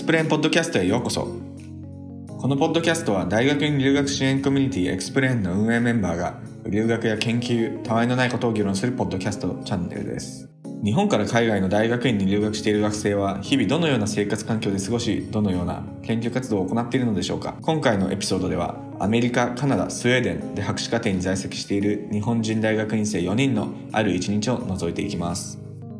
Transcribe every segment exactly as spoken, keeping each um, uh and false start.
プレーンポッドキャストへようこそ。このポッドキャストは大学院留学支援コミュニティエクスプレーンの運営メンバーが留学や研究、たわいのないことを議論するポッドキャストチャンネルです。日本から海外の大学院に留学している学生は日々どのような生活環境で過ごし、どのような研究活動を行っているのでしょうか。今回のエピソードではアメリカ、カナダ、スウェーデンで博士課程に在籍している日本人大学院生よにんのある一日を覗いていきます。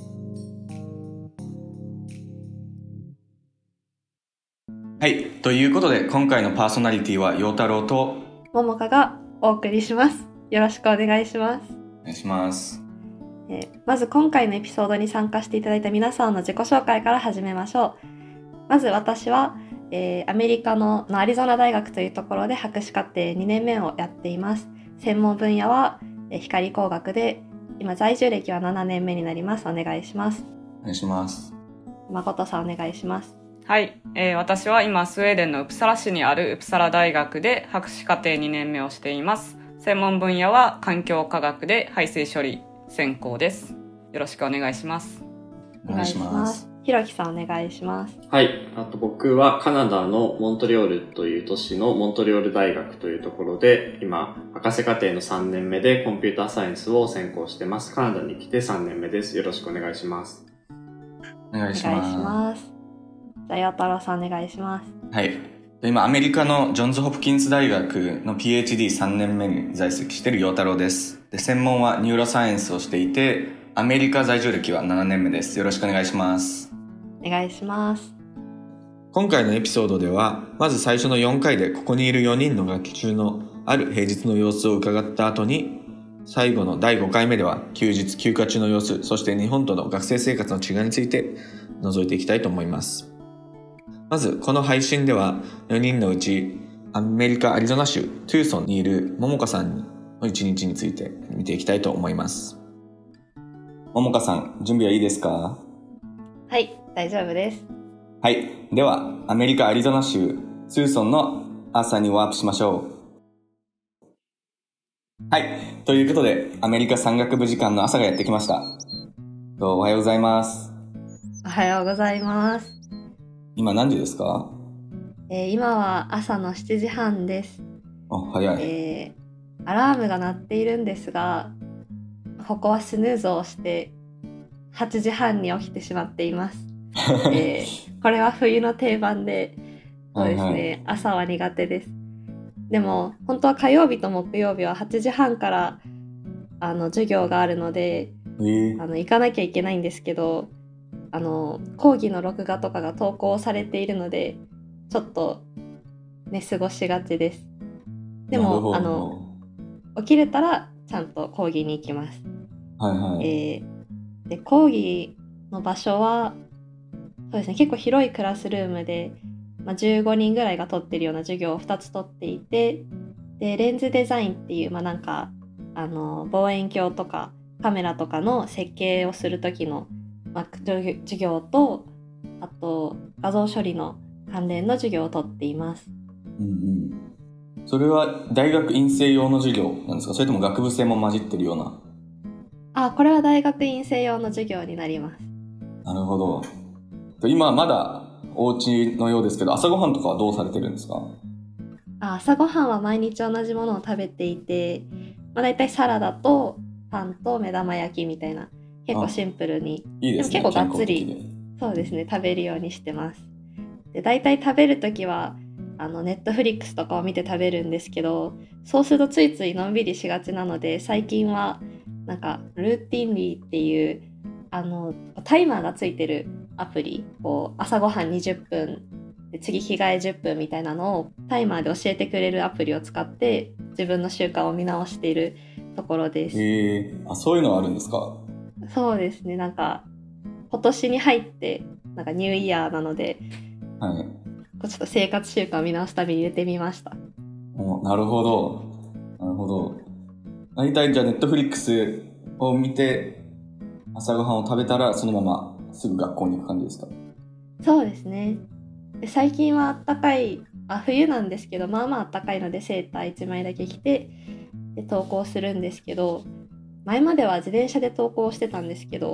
はい、ということで今回のパーソナリティは陽太郎と桃香がお送りします。よろしくお願いします。 お願いします。 えー、まず今回のエピソードに参加していただいた皆さんの自己紹介から始めましょう。まず私は、えー、アメリカ の, のアリゾナ大学というところで博士課程にねんめをやっています。専門分野は、えー、光工学で、今在住歴はななねんめになります。お願いします。 お願いします。 誠さんお願いします。 はい、えー、私は今スウェーデンのウプサラ市にあるウプサラ大学で博士課程にねんめをしています。専門分野は環境科学で排水処理専攻です。よろしくお願いします。 お願いします。ひろきさんお願いします。 はい、あと僕はカナダのモントリオールという都市のモントリオール大学というところで今博士課程のさんねんめでコンピューターサイエンスを専攻してます。カナダに来てさんねんめです。よろしくお願いします。 お願いします。 お願いします。じゃあ陽太郎さんお願いします。 はい、今アメリカのジョンズ・ホプキンス大学の ピーエイチディーさんねんめに在籍している陽太郎です。で、専門はニューロサイエンスをしていてアメリカ在住歴はななねんめです。よろしくお願いします。 お願いします。 今回のエピソードではまず最初のよんかいでここにいるよにんの学習のある平日の様子を伺った後に、最後のだいごかいめでは休日休暇中の様子、そして日本との学生生活の違いについて覗いていきたいと思います。まずこの配信ではよにんのうちアメリカアリゾナ州トゥーソンにいる桃香さんの一日について見ていきたいと思います。桃香さん、準備はいいですか？ はい、大丈夫です。 はい、ではアメリカアリゾナ州トゥーソンの朝にワープしましょう。はい、ということでアメリカ山岳部時間の朝がやってきました。おはようございます。 おはようございます。 今何時ですか？ えー、今は朝のしちじはんです。 あ、早い。 えー、アラームが鳴っているんですが、ここはスヌーズをしてはちじはんに起きてしまっています。えー、これは冬の定番で、そうですね、はいはい、朝は苦手です。でも本当は火曜日と木曜日ははちじはんからあの授業があるので、 えー、 あの行かなきゃいけないんですけど、あの講義の録画とかが投稿されているのでちょっと寝過ごしがちです。でもあの起きれたらちゃんと講義に行きます。 はいはい。 えー、で講義の場所はそうですね、結構広いクラスルームで、まあ、じゅうごにんぐらいが取ってるような授業をふたつ取っていて、でレンズデザインっていう、まあ、なんかあの望遠鏡とかカメラとかの設計をする時のまあ、授業と、あと画像処理の関連の授業を取っています。 うんうん、それは大学院生用の授業なんですか？それとも学部生も混じってるような？ あ、これは大学院生用の授業になります。 なるほど。今まだお家のようですけど、朝ごはんとかはどうされてるんですか？ あ、朝ごはんは毎日同じものを食べていて、まあ、だいたいサラダとパンと目玉焼きみたいな結構シンプルに、 いいですね、 でも結構がっつりそうですね食べるようにしてます。で、だいたい食べるときはあのネットフリックスとかを見て食べるんですけど、そうするとついついのんびりしがちなので、最近はなんかルーティンリーっていうあのタイマーがついてるアプリ、こう朝ごはんにじゅっぷんで次着替えじゅっぷんみたいなのをタイマーで教えてくれるアプリを使って自分の習慣を見直しているところです。 へー、あ、そういうのあるんですか？ そうですね、なんか今年に入ってなんかニューイヤーなので、 はい、 ちょっと生活習慣を見直すために入れてみました。 お、なるほどなるほど。大体じゃあネットフリックスを見て朝ごはんを食べたらそのまますぐ学校に行く感じですか？ そうですね。で、最近はあったかい、あ、冬なんですけど、まあまああったかいのでセーターいちまいだけ着てで登校するんですけど、前までは自転車で登校してたんですけど、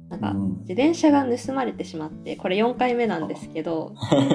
なんかうん自転車が盗まれてしまって、これよんかいめなんですけど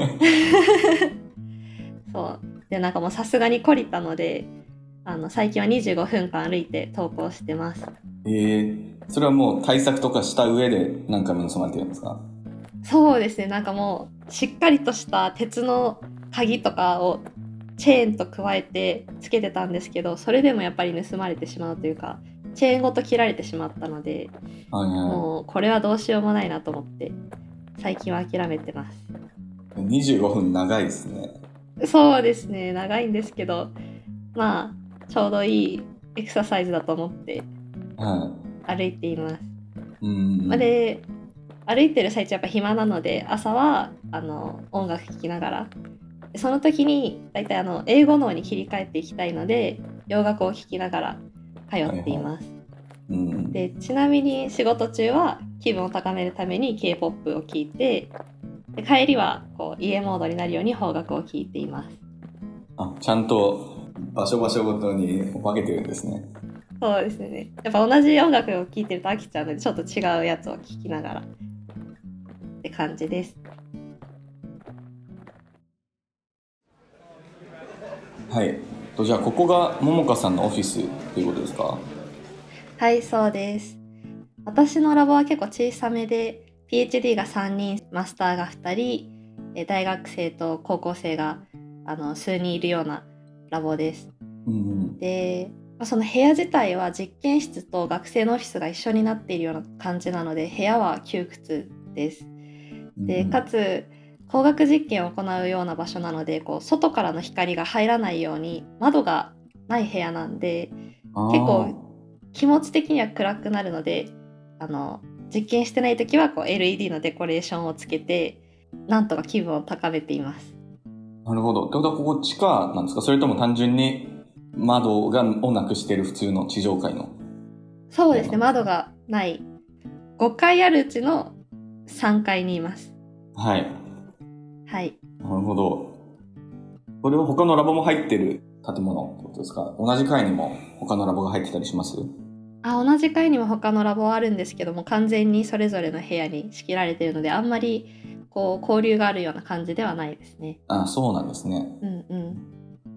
そうでなんかもうさすがに懲りたので、あの最近はにじゅうごふんかん歩いて登校してます。 えー、それはもう対策とかした上で何回も盗まれてるんですか？ そうですね、なんかもうしっかりとした鉄の鍵とかをチェーンと加えてつけてたんですけど、それでもやっぱり盗まれてしまうというか、チェーンごと切られてしまったので、 はいはい。 もうこれはどうしようもないなと思って最近は諦めてます。 にじゅうごふん長いですね。 そうですね、長いんですけど、まあちょうどいいエクササイズだと思っては歩いています。 い。うん。 で歩いてる最中やっぱ暇なので、朝はあの音楽聴きながら、その時にだいたいあの英語脳に切り替えていきたいので洋楽を聴きながら通っています。 うん、 でちなみに仕事中は気分を高めるために K-ポップ を聴いて、で帰りはこう家モードになるように邦楽を聴いています。 あ、ちゃんと場所場所ごとに分けてるんですね。 そうですね、やっぱ同じ音楽を聴いてると飽きちゃうので、ちょっと違うやつを聴きながらって感じです。 はい。とじゃあここがももかさんのオフィスっていうことですか？ はい、そうです。私のラボは結構小さめで、 ピーエイチディー がさんにん、マスターがふたり、大学生と高校生があの数人いるようなラボです。 うん、 でその部屋自体は実験室と学生のオフィスが一緒になっているような感じなので、部屋は窮屈です。でかつ工学実験を行うような場所なので、こう外からの光が入らないように窓がない部屋なんで、結構気持ち的には暗くなるので、あの実験してない時はこう エルイーディー のデコレーションをつけてなんとか気分を高めています。 なるほど。ってことはここ地下なんですか？それとも単純に窓がをなくしている普通の地上階の？ そうですね、窓がないごかいあるうちのさんがいにいます。 はい。 はい。 なるほど。これは他のラボも入ってる建物ってことですか？同じ階にも他のラボが入ってたりします？ あ、同じ階にも他のラボはあるんですけども、完全にそれぞれの部屋に仕切られているので、あんまりこう交流があるような感じではないですね。 あ、そうなんですね。 うんうん。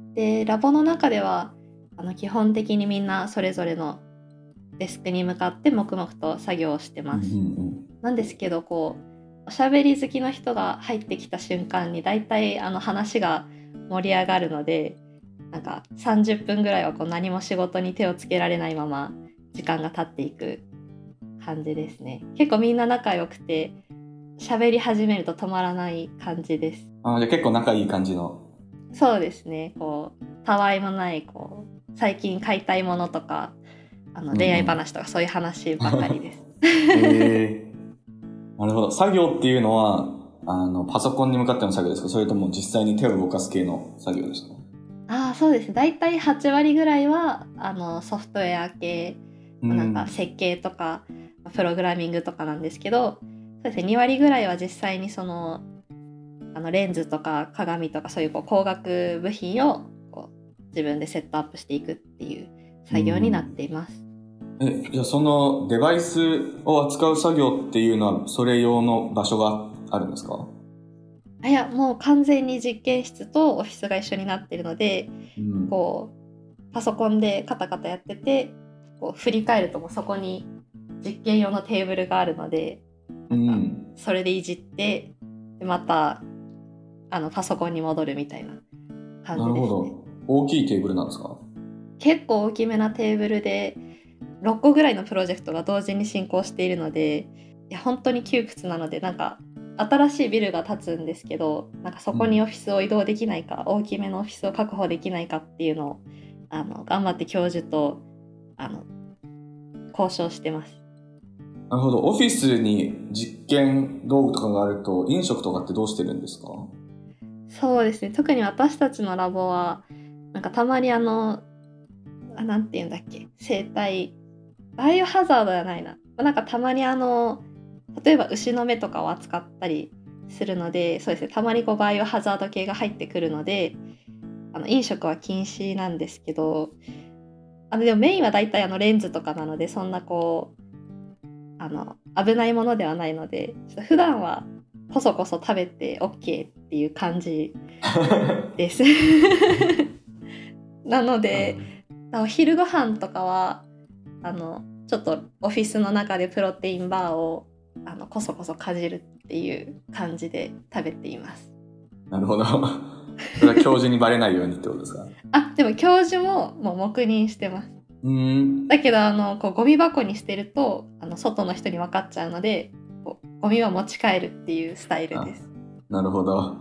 でラボの中ではあの基本的にみんなそれぞれのデスクに向かって黙々と作業をしてます。 うんうん、 なんですけど、こうおしゃべり好きの人が入ってきた瞬間にだいたいあの話が盛り上がるので、なんかさんじゅっぷんぐらいはこう何も仕事に手をつけられないまま時間が経っていく感じですね。結構みんな仲良くて、喋り始めると止まらない感じです。 あ、じゃあ結構仲いい感じの。 そうですね、こうたわいもないこう最近買いたいものとか、あの恋愛話とかそういう話ばかりです。 へー、なるほど。作業っていうのはあのパソコンに向かっての作業ですか？それとも実際に手を動かす系の作業ですか？ ああ、そうですね、だいたいはちわりぐらいはあのソフトウェア系、 うん、 なんか設計とかプログラミングとかなんですけど、そうですね、にわりぐらいは実際にそのあのレンズとか鏡とかそういうこう光学部品をこう自分でセットアップしていくっていう作業になっています。 うん、え、じゃあそのデバイスを扱う作業っていうのはそれ用の場所があるんですか？ いや、もう完全に実験室とオフィスが一緒になっているので、 うん、 こうパソコンでカタカタやってて、こう振り返るともうそこに実験用のテーブルがあるので、なんかそれでいじってでまたあのパソコンに戻るみたいな感じですね。 なるほど。大きいテーブルなんですか？ 結構大きめなテーブルでろっこぐらいのプロジェクトが同時に進行しているので、いや本当に窮屈なので、なんか新しいビルが建つんですけど、なんかそこにオフィスを移動できないか、うん、大きめのオフィスを確保できないかっていうのをあの頑張って教授とあの交渉してます。 なるほど。オフィスに実験道具とかがあると飲食とかってどうしてるんですか？ そうですね、特に私たちのラボはなんかたまにあのあなんていうんだっけ、生態バイオハザードじゃないな、なんかたまにあの例えば牛の目とかを扱ったりするので、そうですね、たまにこうバイオハザード系が入ってくるので、あの飲食は禁止なんですけど、あのでもメインはだいたいあのレンズとかなので、そんなこうあの危ないものではないので、ちょっと普段はこそこそ食べて OK っていう感じですなのでお昼ご飯とかはあのちょっとオフィスの中でプロテインバーをあのこそこそかじるっていう感じで食べています。 なるほど。それは教授にバレないようにってことですか？ あ、でも教授ももう黙認してます。 うーん。 だけどあのこうゴミ箱に捨てるとあの外の人に分かっちゃうので、こうゴミを持ち帰るっていうスタイルです。 なるほど。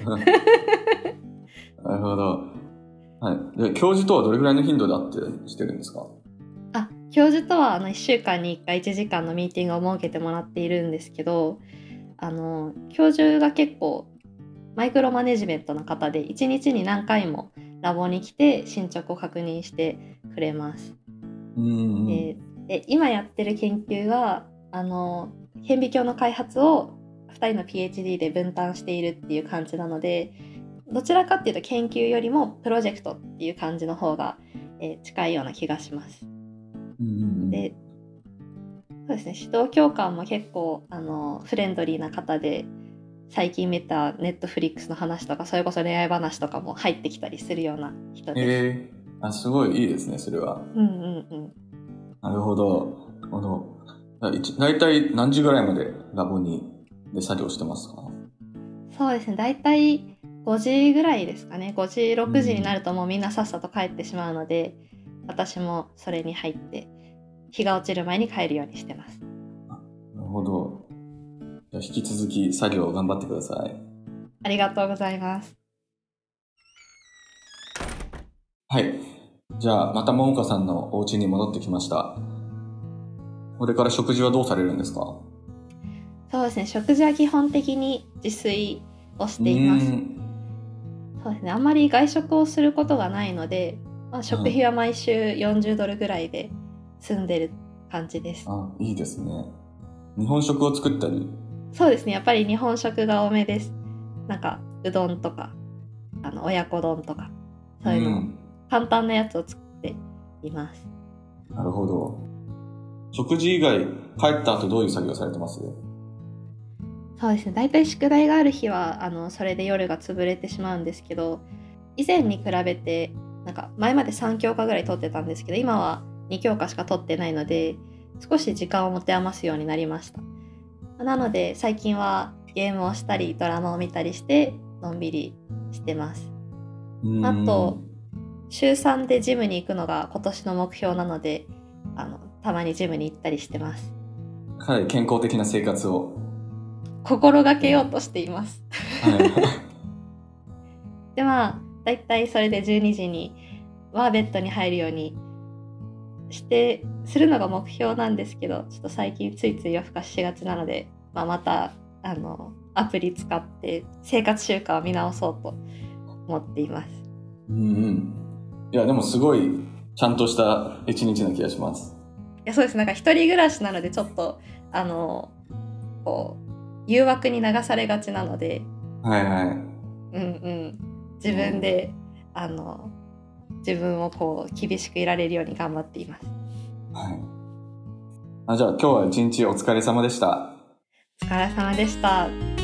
なるほど。はい。で、教授とはどれぐらいの頻度で会ってしてるんですか？ あ、教授とはあのいっしゅうかんにいっかいいちじかんのミーティングを設けてもらっているんですけど、あの教授が結構マイクロマネジメントの方でいちにちに何回もラボに来て進捗を確認してくれます。 うんうん。 でで今やってる研究があの顕微鏡の開発をふたりの ピーエイチディー で分担しているっていう感じなので、どちらかっていうと研究よりもプロジェクトっていう感じの方が、えー近いような気がします。 うんうん、 でそうですね、指導教官も結構あのフレンドリーな方で、最近見たネットフリックスの話とかそれこそ恋愛話とかも入ってきたりするような人です。 えー、あ、すごいいいですね、それは。 うんうんうん。 なるほど。あの、だいたい何時ぐらいまでラボにで作業してますか？ そうですね、だいたいごじぐらいですかね。ごじろくじになるともうみんなさっさと帰ってしまうので、うん、私もそれに入って日が落ちる前に帰るようにしてます。 なるほど。じゃあ引き続き作業を頑張ってください。 ありがとうございます。 はい。じゃあまたももかさんのお家に戻ってきました。これから食事はどうされるんですか？ そうですね、食事は基本的に自炊をしています。そうですね、あんまり外食をすることがないので、まあ、食費は毎週よんじゅうドルぐらいで済んでる感じです。 あ、いいですね。日本食を作ったり？ そうですね、やっぱり日本食が多めです。なんかうどんとかあの親子丼とかそういうの、うん、簡単なやつを作っています。 なるほど。食事以外帰った後どういう作業されてます？ そうですね、だいたい宿題がある日はあのそれで夜が潰れてしまうんですけど、以前に比べてなんか前までさん教科ぐらい取ってたんですけど、今はに教科しか取ってないので少し時間を持て余すようになりました。なので最近はゲームをしたりドラマを見たりしてのんびりしてます。あとしゅうさんでジムに行くのが今年の目標なので、あのたまにジムに行ったりしてます。 かなり健康的な生活を心がけようとしています、はい、でまあだいたいそれでじゅうにじにはベッドに入るようにしてするのが目標なんですけど、ちょっと最近ついつい夜更かししがちなので、まあ、またあのアプリ使って生活習慣を見直そうと思っています。 うんうん、いやでもすごいちゃんとした一日な気がします。 いやそうです、なんか一人暮らしなのでちょっとあのこう誘惑に流されがちなので、 はいはい、うんうん、自分で、うん、あの自分をこう厳しくいられるように頑張っています。 はい。あ、じゃあ今日は一日お疲れ様でした。 お疲れ様でした。